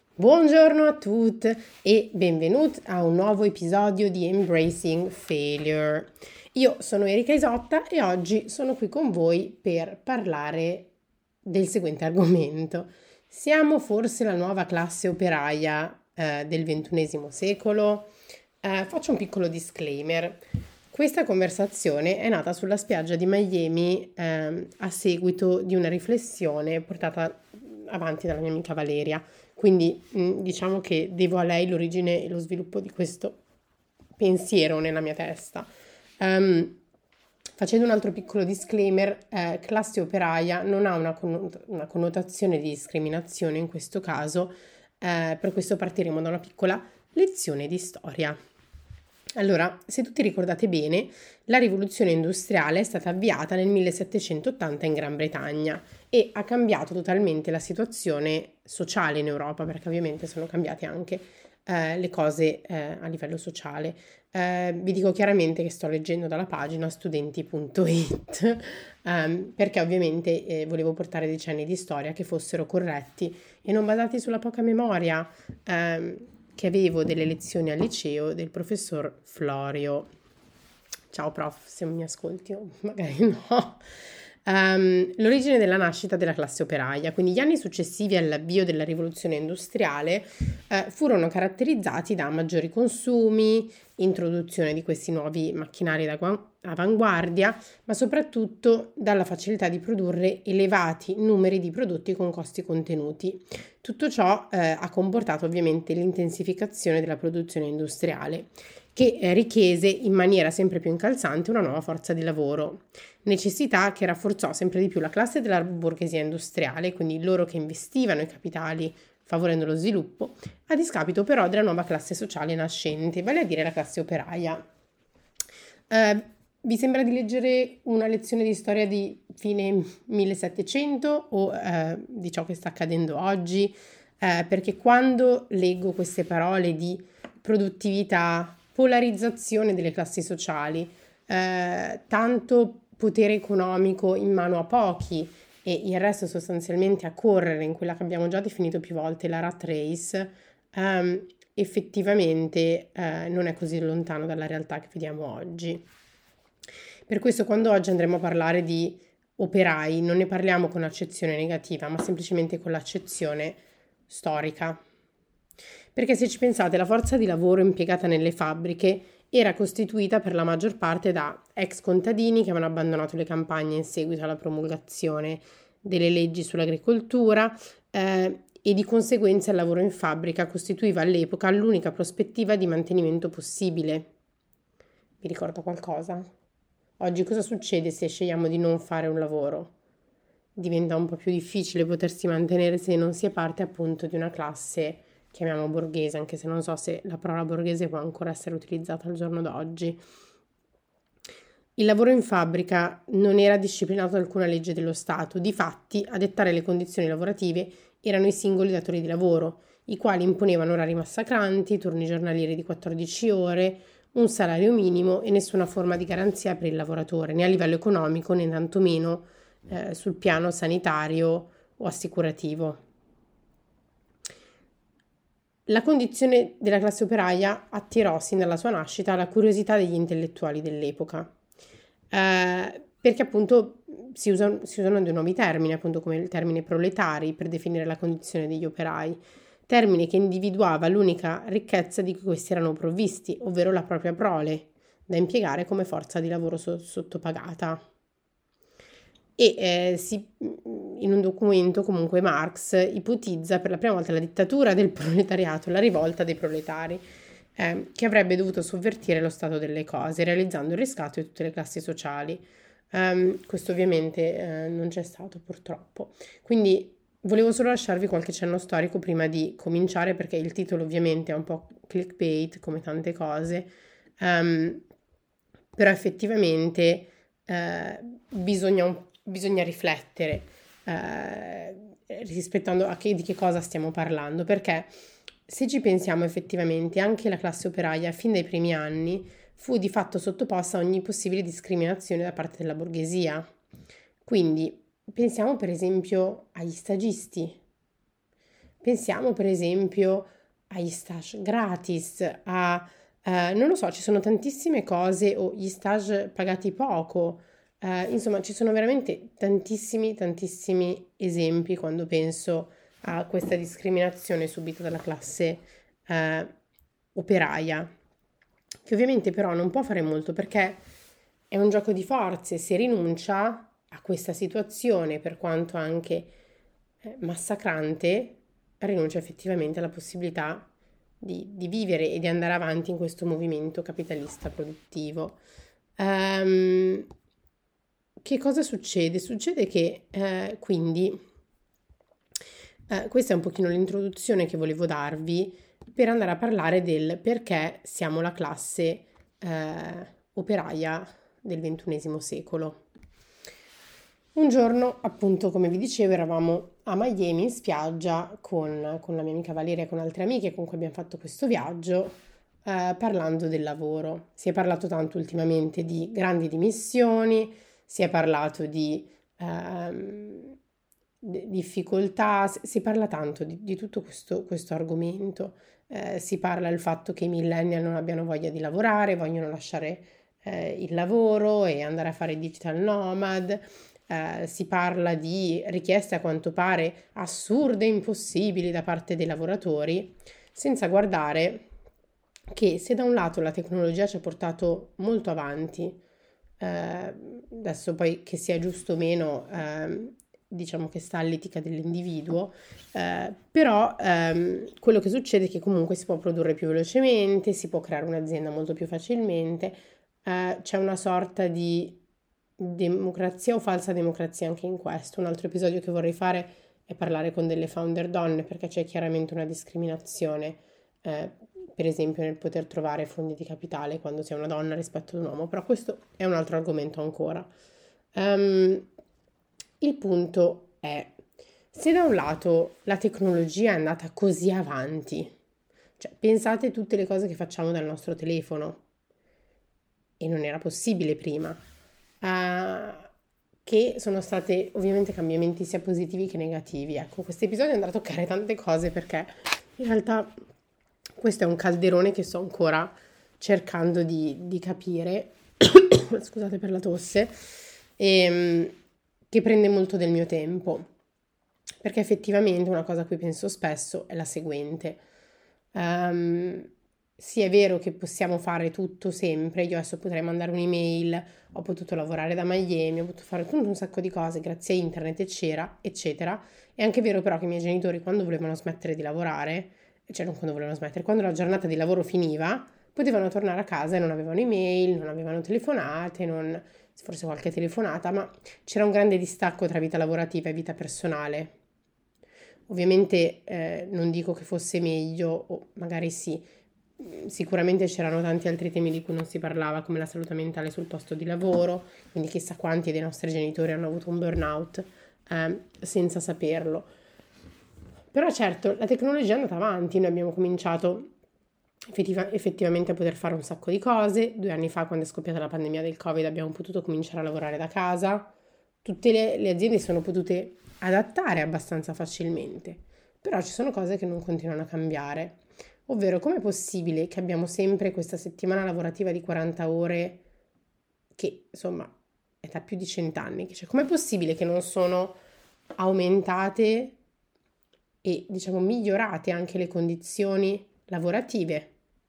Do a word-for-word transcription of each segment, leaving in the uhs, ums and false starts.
Buongiorno a tutti e benvenuti a un nuovo episodio di Embracing Failure. Io sono Erika Isotta e oggi sono qui con voi per parlare del seguente argomento. Siamo forse la nuova classe operaia eh, del ventunesimo secolo? Eh, faccio un piccolo disclaimer. Questa conversazione è nata sulla spiaggia di Miami ehm, a seguito di una riflessione portata avanti dalla mia amica Valeria. Quindi mh, diciamo che devo a lei l'origine e lo sviluppo di questo pensiero nella mia testa. Um, facendo un altro piccolo disclaimer, eh, classe operaia non ha una, connot- una connotazione di discriminazione in questo caso, eh, per questo partiremo da una piccola lezione di storia. Allora, se tutti ricordate bene, la rivoluzione industriale è stata avviata nel millesettecentottanta in Gran Bretagna e ha cambiato totalmente la situazione sociale in Europa, perché ovviamente sono cambiate anche eh, le cose eh, a livello sociale. Eh, vi dico chiaramente che sto leggendo dalla pagina studenti punto it ehm, perché ovviamente eh, volevo portare decenni di storia che fossero corretti e non basati sulla poca memoria ehm, che avevo delle lezioni al liceo del professor Florio. Ciao prof, se mi ascolti o magari no. Um, l'origine della nascita della classe operaia, quindi gli anni successivi all'avvio della rivoluzione industriale, eh, furono caratterizzati da maggiori consumi, introduzione di questi nuovi macchinari d'avanguardia, ma soprattutto dalla facilità di produrre elevati numeri di prodotti con costi contenuti. Tutto ciò eh, ha comportato ovviamente l'intensificazione della produzione industriale, che eh, richiese in maniera sempre più incalzante una nuova forza di lavoro, necessità che rafforzò sempre di più la classe della borghesia industriale, quindi loro che investivano i capitali favorendo lo sviluppo, a discapito però della nuova classe sociale nascente, vale a dire la classe operaia. Eh, vi sembra di leggere una lezione di storia di fine millesettecento o eh, di ciò che sta accadendo oggi? Eh, perché quando leggo queste parole di produttività, polarizzazione delle classi sociali, eh, tanto potere economico in mano a pochi e il resto sostanzialmente a correre in quella che abbiamo già definito più volte la rat race, ehm, effettivamente eh, non è così lontano dalla realtà che vediamo oggi. Per questo quando oggi andremo a parlare di operai non ne parliamo con accezione negativa, ma semplicemente con l'accezione storica. Perché se ci pensate, la forza di lavoro impiegata nelle fabbriche era costituita per la maggior parte da ex contadini che avevano abbandonato le campagne in seguito alla promulgazione delle leggi sull'agricoltura eh, e di conseguenza il lavoro in fabbrica costituiva all'epoca l'unica prospettiva di mantenimento possibile. Vi ricordo qualcosa? Oggi cosa succede se scegliamo di non fare un lavoro? Diventa un po' più difficile potersi mantenere se non si è parte appunto di una classe, chiamiamo borghese, anche se non so se la parola borghese può ancora essere utilizzata al giorno d'oggi. Il lavoro in fabbrica non era disciplinato da alcuna legge dello Stato, difatti a dettare le condizioni lavorative erano i singoli datori di lavoro, i quali imponevano orari massacranti, turni giornalieri di quattordici ore, un salario minimo e nessuna forma di garanzia per il lavoratore, né a livello economico né tantomeno eh, sul piano sanitario o assicurativo. La condizione della classe operaia attirò sin dalla sua nascita la curiosità degli intellettuali dell'epoca, eh, perché appunto si usano, si usano dei nuovi termini, appunto come il termine proletari per definire la condizione degli operai, termine che individuava l'unica ricchezza di cui questi erano provvisti, ovvero la propria prole, da impiegare come forza di lavoro so- sottopagata. E eh, si, in un documento comunque Marx ipotizza per la prima volta la dittatura del proletariato, la rivolta dei proletari, eh, che avrebbe dovuto sovvertire lo stato delle cose, realizzando il riscatto di tutte le classi sociali. Um, questo ovviamente eh, non c'è stato purtroppo. Quindi volevo solo lasciarvi qualche cenno storico prima di cominciare, perché il titolo ovviamente è un po' clickbait come tante cose, um, però effettivamente eh, bisogna, un, bisogna riflettere eh, rispettando a che, di che cosa stiamo parlando, perché se ci pensiamo effettivamente anche la classe operaia fin dai primi anni fu di fatto sottoposta a ogni possibile discriminazione da parte della borghesia. Quindi pensiamo per esempio agli stagisti. pensiamo per esempio agli stage gratis, a, eh, non lo so, ci sono tantissime cose, o gli stage pagati poco, eh, insomma ci sono veramente tantissimi, tantissimi esempi quando penso a questa discriminazione subita dalla classe eh, operaia, che ovviamente però non può fare molto perché è un gioco di forze, se rinuncia a questa situazione, per quanto anche eh, massacrante, rinuncia effettivamente alla possibilità di, di vivere e di andare avanti in questo movimento capitalista produttivo. Um, che cosa succede? Succede che eh, quindi eh, questa è un pochino l'introduzione che volevo darvi per andare a parlare del perché siamo la classe eh, operaia del ventunesimo secolo. Un giorno, appunto, come vi dicevo, eravamo a Miami in spiaggia con, con la mia amica Valeria e con altre amiche con cui abbiamo fatto questo viaggio, eh, parlando del lavoro. Si è parlato tanto ultimamente di grandi dimissioni, si è parlato di ehm, di- difficoltà, si si parla tanto di, di tutto questo, questo argomento. Eh, si parla del fatto che i millennial non abbiano voglia di lavorare, vogliono lasciare eh, il lavoro e andare a fare digital nomad. Eh, si parla di richieste a quanto pare assurde e impossibili da parte dei lavoratori, senza guardare che se da un lato la tecnologia ci ha portato molto avanti, eh, adesso poi che sia giusto o meno, ehm, diciamo che sta all'etica dell'individuo, eh, però ehm, quello che succede è che comunque si può produrre più velocemente, si può creare un'azienda molto più facilmente, eh, c'è una sorta di democrazia o falsa democrazia anche in questo. Un altro episodio che vorrei fare è parlare con delle founder donne perché c'è chiaramente una discriminazione, eh, per esempio nel poter trovare fondi di capitale quando sei una donna rispetto ad un uomo, però questo è un altro argomento ancora. Um, il punto è, se da un lato la tecnologia è andata così avanti, cioè pensate a tutte le cose che facciamo dal nostro telefono e non era possibile prima, uh, che sono state ovviamente cambiamenti sia positivi che negativi. Ecco, questo episodio andrà a toccare tante cose perché in realtà questo è un calderone che sto ancora cercando di, di capire, scusate per la tosse, e, che prende molto del mio tempo, perché effettivamente una cosa a cui penso spesso è la seguente. Um, sì, è vero che possiamo fare tutto sempre, io adesso potrei mandare un'email, ho potuto lavorare da Miami, ho potuto fare tutto un sacco di cose grazie a internet, eccetera, eccetera. È anche vero però che i miei genitori quando volevano smettere di lavorare, cioè non quando volevano smettere, quando la giornata di lavoro finiva, potevano tornare a casa e non avevano email, non avevano telefonate, non, forse qualche telefonata, ma c'era un grande distacco tra vita lavorativa e vita personale. Ovviamente eh, non dico che fosse meglio, o magari sì, sicuramente c'erano tanti altri temi di cui non si parlava, come la salute mentale sul posto di lavoro, quindi chissà quanti dei nostri genitori hanno avuto un burnout eh, senza saperlo. Però certo, la tecnologia è andata avanti, noi abbiamo cominciato effettiva- effettivamente a poter fare un sacco di cose. Due anni fa, quando è scoppiata la pandemia del Covid, abbiamo potuto cominciare a lavorare da casa. Tutte le, le aziende si sono potute adattare abbastanza facilmente, però ci sono cose che non continuano a cambiare. Ovvero, com'è possibile che abbiamo sempre questa settimana lavorativa di quaranta ore che, insomma, è da più di cent'anni? Cioè, com'è possibile che non sono aumentate e, diciamo, migliorate anche le condizioni lavorative?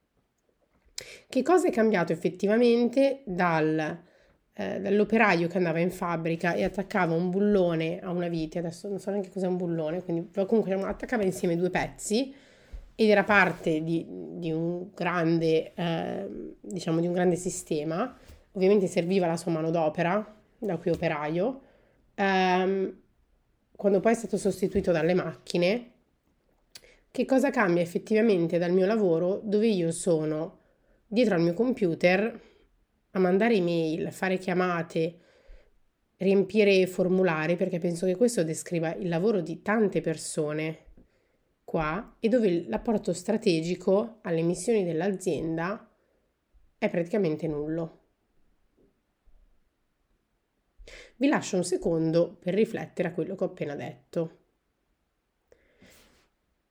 Che cosa è cambiato effettivamente dal, eh, dall'operaio che andava in fabbrica e attaccava un bullone a una vite, adesso non so neanche cos'è un bullone, quindi comunque attaccava insieme due pezzi ed era parte di, di un grande, eh, diciamo, di un grande sistema. Ovviamente serviva la sua manodopera da qui operaio. Ehm, Quando poi è stato sostituito dalle macchine, che cosa cambia effettivamente dal mio lavoro dove io sono dietro al mio computer a mandare email, fare chiamate, riempire formulari, perché penso che questo descriva il lavoro di tante persone qua, e dove l'apporto strategico alle missioni dell'azienda è praticamente nullo. Vi lascio un secondo per riflettere a quello che ho appena detto.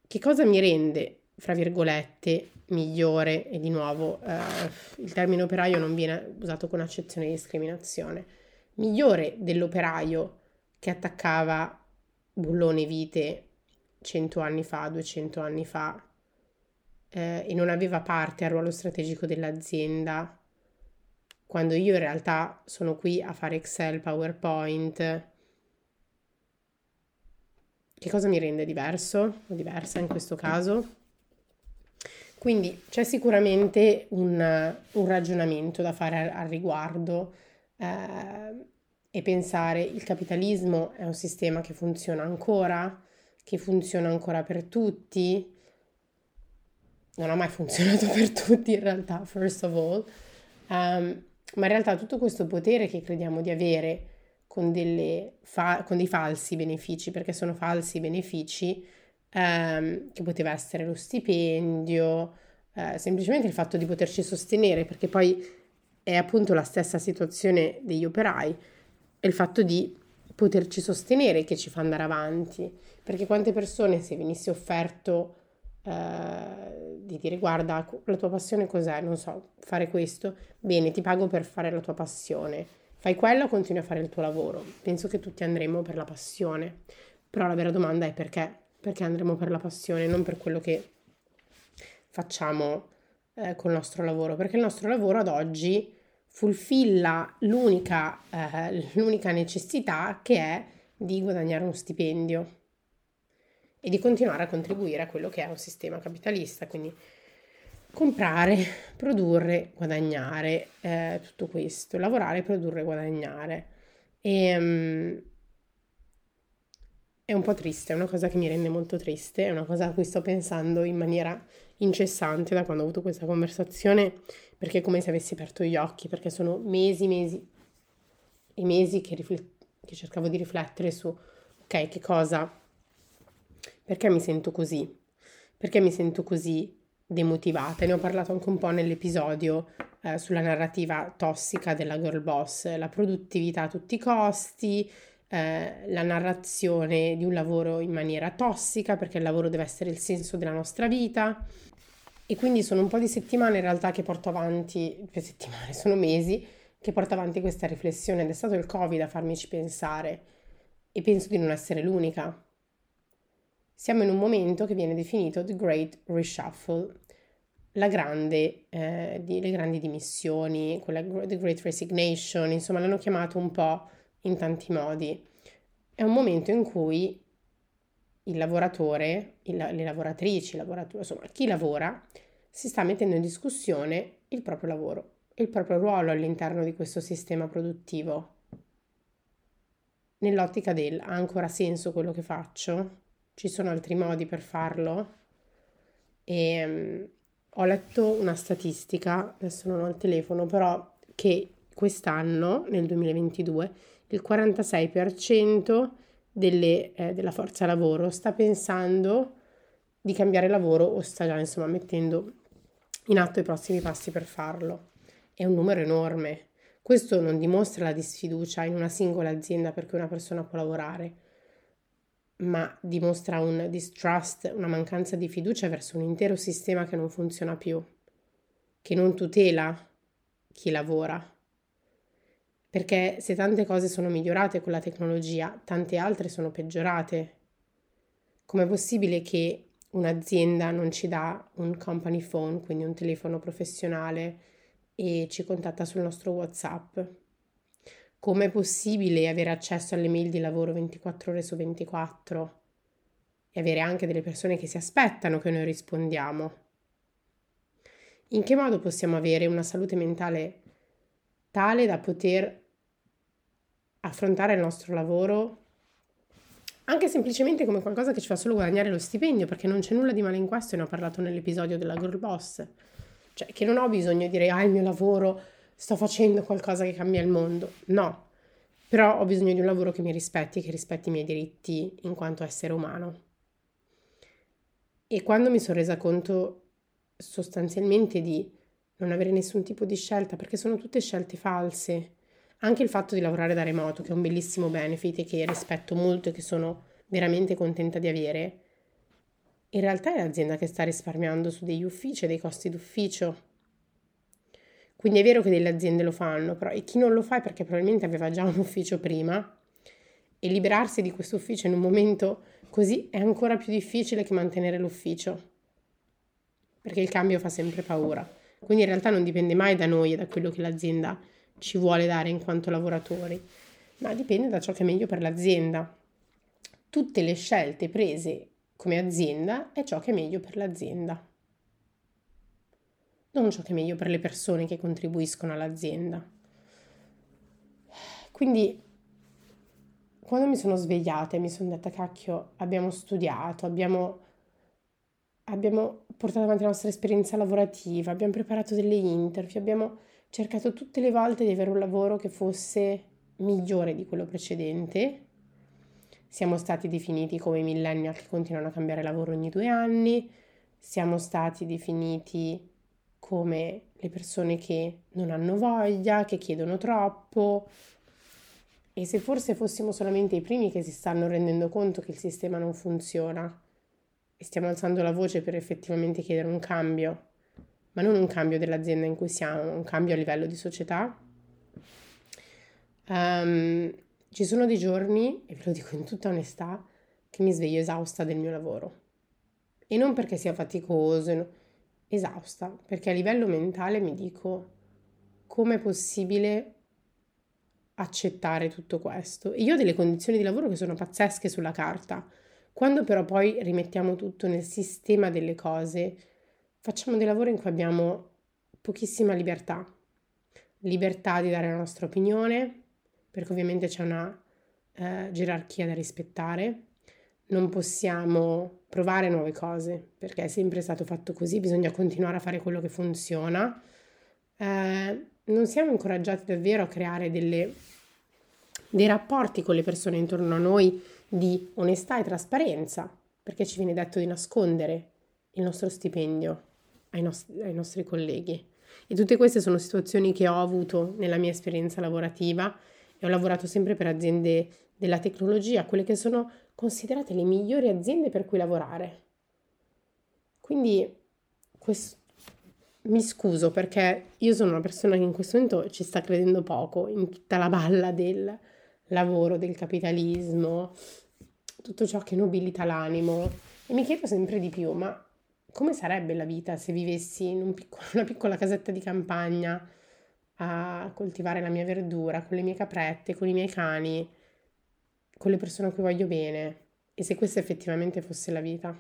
che cosa mi rende, fra virgolette, migliore, e di nuovo eh, il termine operaio non viene usato con accezione di discriminazione, migliore dell'operaio che attaccava bullone vite cento anni fa, duecento anni fa eh, e non aveva parte al ruolo strategico dell'azienda, quando io in realtà sono qui a fare Excel, PowerPoint. Che cosa mi rende diverso o diversa in questo caso? Quindi c'è sicuramente un, un ragionamento da fare al, al riguardo eh, e pensare: il capitalismo è un sistema che funziona ancora, che funziona ancora per tutti. Non ha mai funzionato per tutti in realtà, first of all, um, ma in realtà tutto questo potere che crediamo di avere con, delle fa- con dei falsi benefici, perché sono falsi benefici, um, che poteva essere lo stipendio, uh, semplicemente il fatto di poterci sostenere, perché poi è appunto la stessa situazione degli operai, è il fatto di poterci sostenere che ci fa andare avanti, perché quante persone, se venisse offerto Uh, di dire: guarda, la tua passione cos'è? Non so, fare questo, bene, ti pago per fare la tua passione, fai quello o continui a fare il tuo lavoro. Penso che tutti andremo per la passione, però la vera domanda è perché perché andremo per la passione, non per quello che facciamo eh, col nostro lavoro, perché il nostro lavoro ad oggi fulfilla l'unica, eh, l'unica necessità, che è di guadagnare uno stipendio e di continuare a contribuire a quello che è un sistema capitalista, quindi comprare, produrre, guadagnare, eh, tutto questo, lavorare, produrre, guadagnare. E, um, è un po' triste, è una cosa che mi rende molto triste, è una cosa a cui sto pensando in maniera incessante da quando ho avuto questa conversazione, perché è come se avessi aperto gli occhi, perché sono mesi, mesi e mesi che, riflet- che cercavo di riflettere su, ok, che cosa, perché mi sento così? Perché mi sento così demotivata? Ne ho parlato anche un po' nell'episodio eh, sulla narrativa tossica della girl boss, la produttività a tutti i costi, eh, la narrazione di un lavoro in maniera tossica, perché il lavoro deve essere il senso della nostra vita. E quindi sono un po' di settimane in realtà che porto avanti, per settimane, sono mesi che porto avanti questa riflessione, ed è stato il Covid a farmici pensare, e penso di non essere l'unica. Siamo in un momento che viene definito The Great Reshuffle, la grande, eh, di, le grandi dimissioni, quella, The Great Resignation, insomma l'hanno chiamato un po' in tanti modi. È un momento in cui il lavoratore, il, le lavoratrici, il lavoratore, insomma chi lavora, si sta mettendo in discussione il proprio lavoro, il proprio ruolo all'interno di questo sistema produttivo, nell'ottica del: ha ancora senso quello che faccio? Ci sono altri modi per farlo? E um, ho letto una statistica, adesso non ho il telefono, però che quest'anno, nel duemilaventidue, il quarantasei per cento delle, eh, della forza lavoro sta pensando di cambiare lavoro o sta già insomma mettendo in atto i prossimi passi per farlo. È un numero enorme. Questo non dimostra la disfiducia in una singola azienda perché una persona può lavorare, ma dimostra un distrust, una mancanza di fiducia verso un intero sistema che non funziona più, che non tutela chi lavora. Perché se tante cose sono migliorate con la tecnologia, tante altre sono peggiorate. Com'è possibile che un'azienda non ci dà un company phone, quindi un telefono professionale, e ci contatta sul nostro WhatsApp? Com'è possibile avere accesso alle mail di lavoro ventiquattro ore su ventiquattro e avere anche delle persone che si aspettano che noi rispondiamo? In che modo possiamo avere una salute mentale tale da poter affrontare il nostro lavoro anche semplicemente come qualcosa che ci fa solo guadagnare lo stipendio? Perché non c'è nulla di male in questo, e ne ho parlato nell'episodio della Girl Boss. Cioè, che non ho bisogno di dire: ah, il mio lavoro, sto facendo qualcosa che cambia il mondo. No, però ho bisogno di un lavoro che mi rispetti, che rispetti i miei diritti in quanto essere umano. E quando mi sono resa conto sostanzialmente di non avere nessun tipo di scelta, perché sono tutte scelte false, anche il fatto di lavorare da remoto, che è un bellissimo benefit e che rispetto molto e che sono veramente contenta di avere, in realtà è l'azienda che sta risparmiando su degli uffici e dei costi d'ufficio. Quindi è vero che delle aziende lo fanno, però e chi non lo fa è perché probabilmente aveva già un ufficio prima e liberarsi di questo ufficio in un momento così è ancora più difficile che mantenere l'ufficio, perché il cambio fa sempre paura. Quindi in realtà non dipende mai da noi e da quello che l'azienda ci vuole dare in quanto lavoratori, ma dipende da ciò che è meglio per l'azienda. Tutte le scelte prese come azienda è ciò che è meglio per l'azienda, non ciò che è meglio per le persone che contribuiscono all'azienda. Quindi quando mi sono svegliata e mi sono detta cacchio, abbiamo studiato, abbiamo, abbiamo portato avanti la nostra esperienza lavorativa, abbiamo preparato delle interview, abbiamo cercato tutte le volte di avere un lavoro che fosse migliore di quello precedente. Siamo stati definiti come i millennial che continuano a cambiare lavoro ogni due anni, siamo stati definiti come le persone che non hanno voglia, che chiedono troppo. E se forse fossimo solamente i primi che si stanno rendendo conto che il sistema non funziona e stiamo alzando la voce per effettivamente chiedere un cambio, ma non un cambio dell'azienda in cui siamo, un cambio a livello di società. Um, ci sono dei giorni, e ve lo dico in tutta onestà, che mi sveglio esausta del mio lavoro. E non perché sia faticoso, no, esausta, perché a livello mentale mi dico com'è possibile accettare tutto questo. E io ho delle condizioni di lavoro che sono pazzesche sulla carta. Quando però poi rimettiamo tutto nel sistema delle cose, facciamo dei lavori in cui abbiamo pochissima libertà. Libertà di dare la nostra opinione, perché ovviamente c'è una eh, gerarchia da rispettare. Non possiamo provare nuove cose, perché è sempre stato fatto così, bisogna continuare a fare quello che funziona. Eh, non siamo incoraggiati davvero a creare delle, dei rapporti con le persone intorno a noi di onestà e trasparenza, perché ci viene detto di nascondere il nostro stipendio ai, nostri, ai nostri colleghi. E tutte queste sono situazioni che ho avuto nella mia esperienza lavorativa e ho lavorato sempre per aziende della tecnologia, quelle che sono considerate le migliori aziende per cui lavorare. Quindi questo, mi scuso perché io sono una persona che in questo momento ci sta credendo poco in tutta la balla del lavoro, del capitalismo, tutto ciò che nobilita l'animo e mi chiedo sempre di più, ma come sarebbe la vita se vivessi in un piccolo, una piccola casetta di campagna a coltivare la mia verdura, con le mie caprette, con i miei cani, con le persone a cui voglio bene, e se questa effettivamente fosse la vita?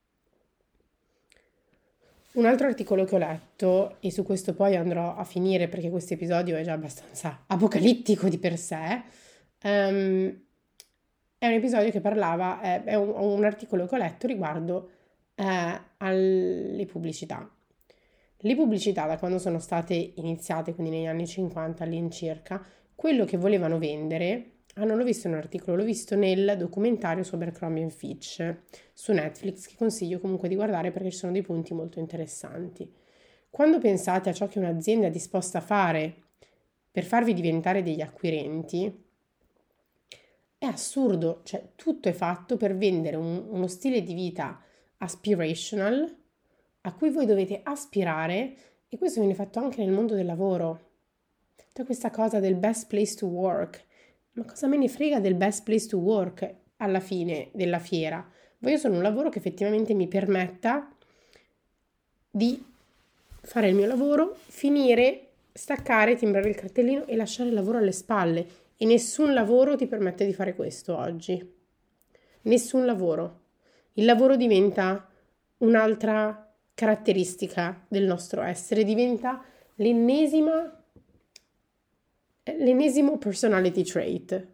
Un altro articolo che ho letto, e su questo poi andrò a finire perché questo episodio è già abbastanza apocalittico di per sé, um, è un episodio che parlava, è, è un, un articolo che ho letto riguardo eh, alle pubblicità. Le pubblicità, da quando sono state iniziate, quindi negli anni cinquanta all'incirca, quello che volevano vendere, ah non l'ho visto in un articolo, l'ho visto nel documentario su Abercrombie and Fitch su Netflix, che consiglio comunque di guardare perché ci sono dei punti molto interessanti. Quando pensate a ciò che un'azienda è disposta a fare per farvi diventare degli acquirenti, è assurdo, cioè tutto è fatto per vendere un, uno stile di vita aspirational a cui voi dovete aspirare, e questo viene fatto anche nel mondo del lavoro. Tutta questa cosa del best place to work, ma cosa me ne frega del best place to work alla fine della fiera? Voglio solo un lavoro che effettivamente mi permetta di fare il mio lavoro, finire, staccare, timbrare il cartellino e lasciare il lavoro alle spalle. E nessun lavoro ti permette di fare questo oggi. Nessun lavoro. Il lavoro diventa un'altra caratteristica del nostro essere, diventa l'ennesima l'ennesimo personality trait,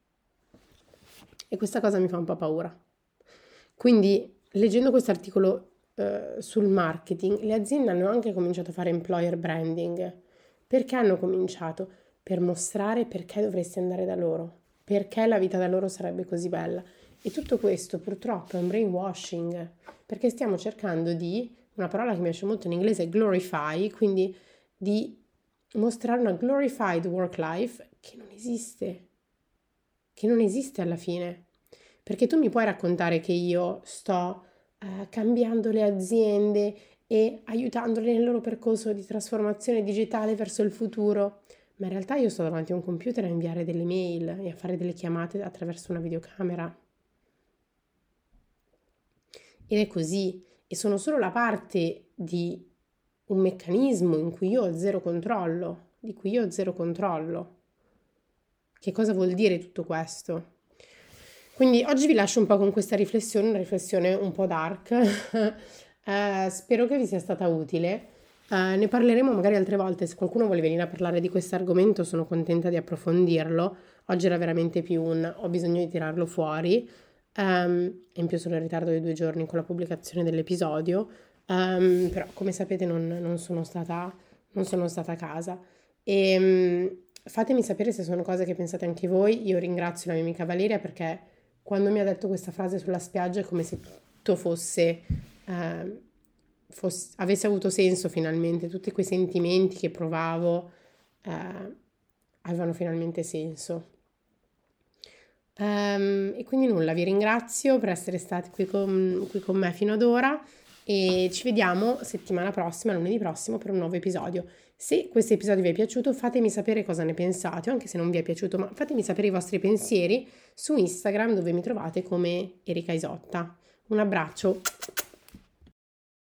e questa cosa mi fa un po' paura. Quindi leggendo questo articolo eh, sul marketing, le aziende hanno anche cominciato a fare employer branding. Perché hanno cominciato? Per mostrare perché dovresti andare da loro, perché la vita da loro sarebbe così bella. E tutto questo purtroppo è un brainwashing, perché stiamo cercando di, una parola che mi piace molto in inglese è glorify, quindi di mostrare una glorified work life che non esiste, che non esiste alla fine. Perché tu mi puoi raccontare che io sto eh, cambiando le aziende e aiutandole nel loro percorso di trasformazione digitale verso il futuro. Ma in realtà io sto davanti a un computer a inviare delle mail e a fare delle chiamate attraverso una videocamera. Ed è così, e sono solo la parte di un meccanismo in cui io ho zero controllo, di cui io ho zero controllo. Che cosa vuol dire tutto questo? Quindi oggi vi lascio un po' con questa riflessione, una riflessione un po' dark. eh, spero che vi sia stata utile. Eh, ne parleremo magari altre volte, se qualcuno vuole venire a parlare di questo argomento sono contenta di approfondirlo. Oggi era veramente più un ho bisogno di tirarlo fuori. Um, in più sono in ritardo di due giorni con la pubblicazione dell'episodio, um, però come sapete non, non, sono stata, non sono stata a casa. E um, fatemi sapere se sono cose che pensate anche voi. Io ringrazio la mia amica Valeria perché quando mi ha detto questa frase sulla spiaggia è come se tutto fosse, uh, fosse avesse avuto senso finalmente, tutti quei sentimenti che provavo uh, avevano finalmente senso. Um, e quindi nulla, vi ringrazio per essere stati qui con, qui con me fino ad ora e ci vediamo settimana prossima, lunedì prossimo, per un nuovo episodio. Se questo episodio vi è piaciuto fatemi sapere cosa ne pensate, o anche se non vi è piaciuto, ma fatemi sapere i vostri pensieri su Instagram dove mi trovate come Erika Isotta. Un abbraccio!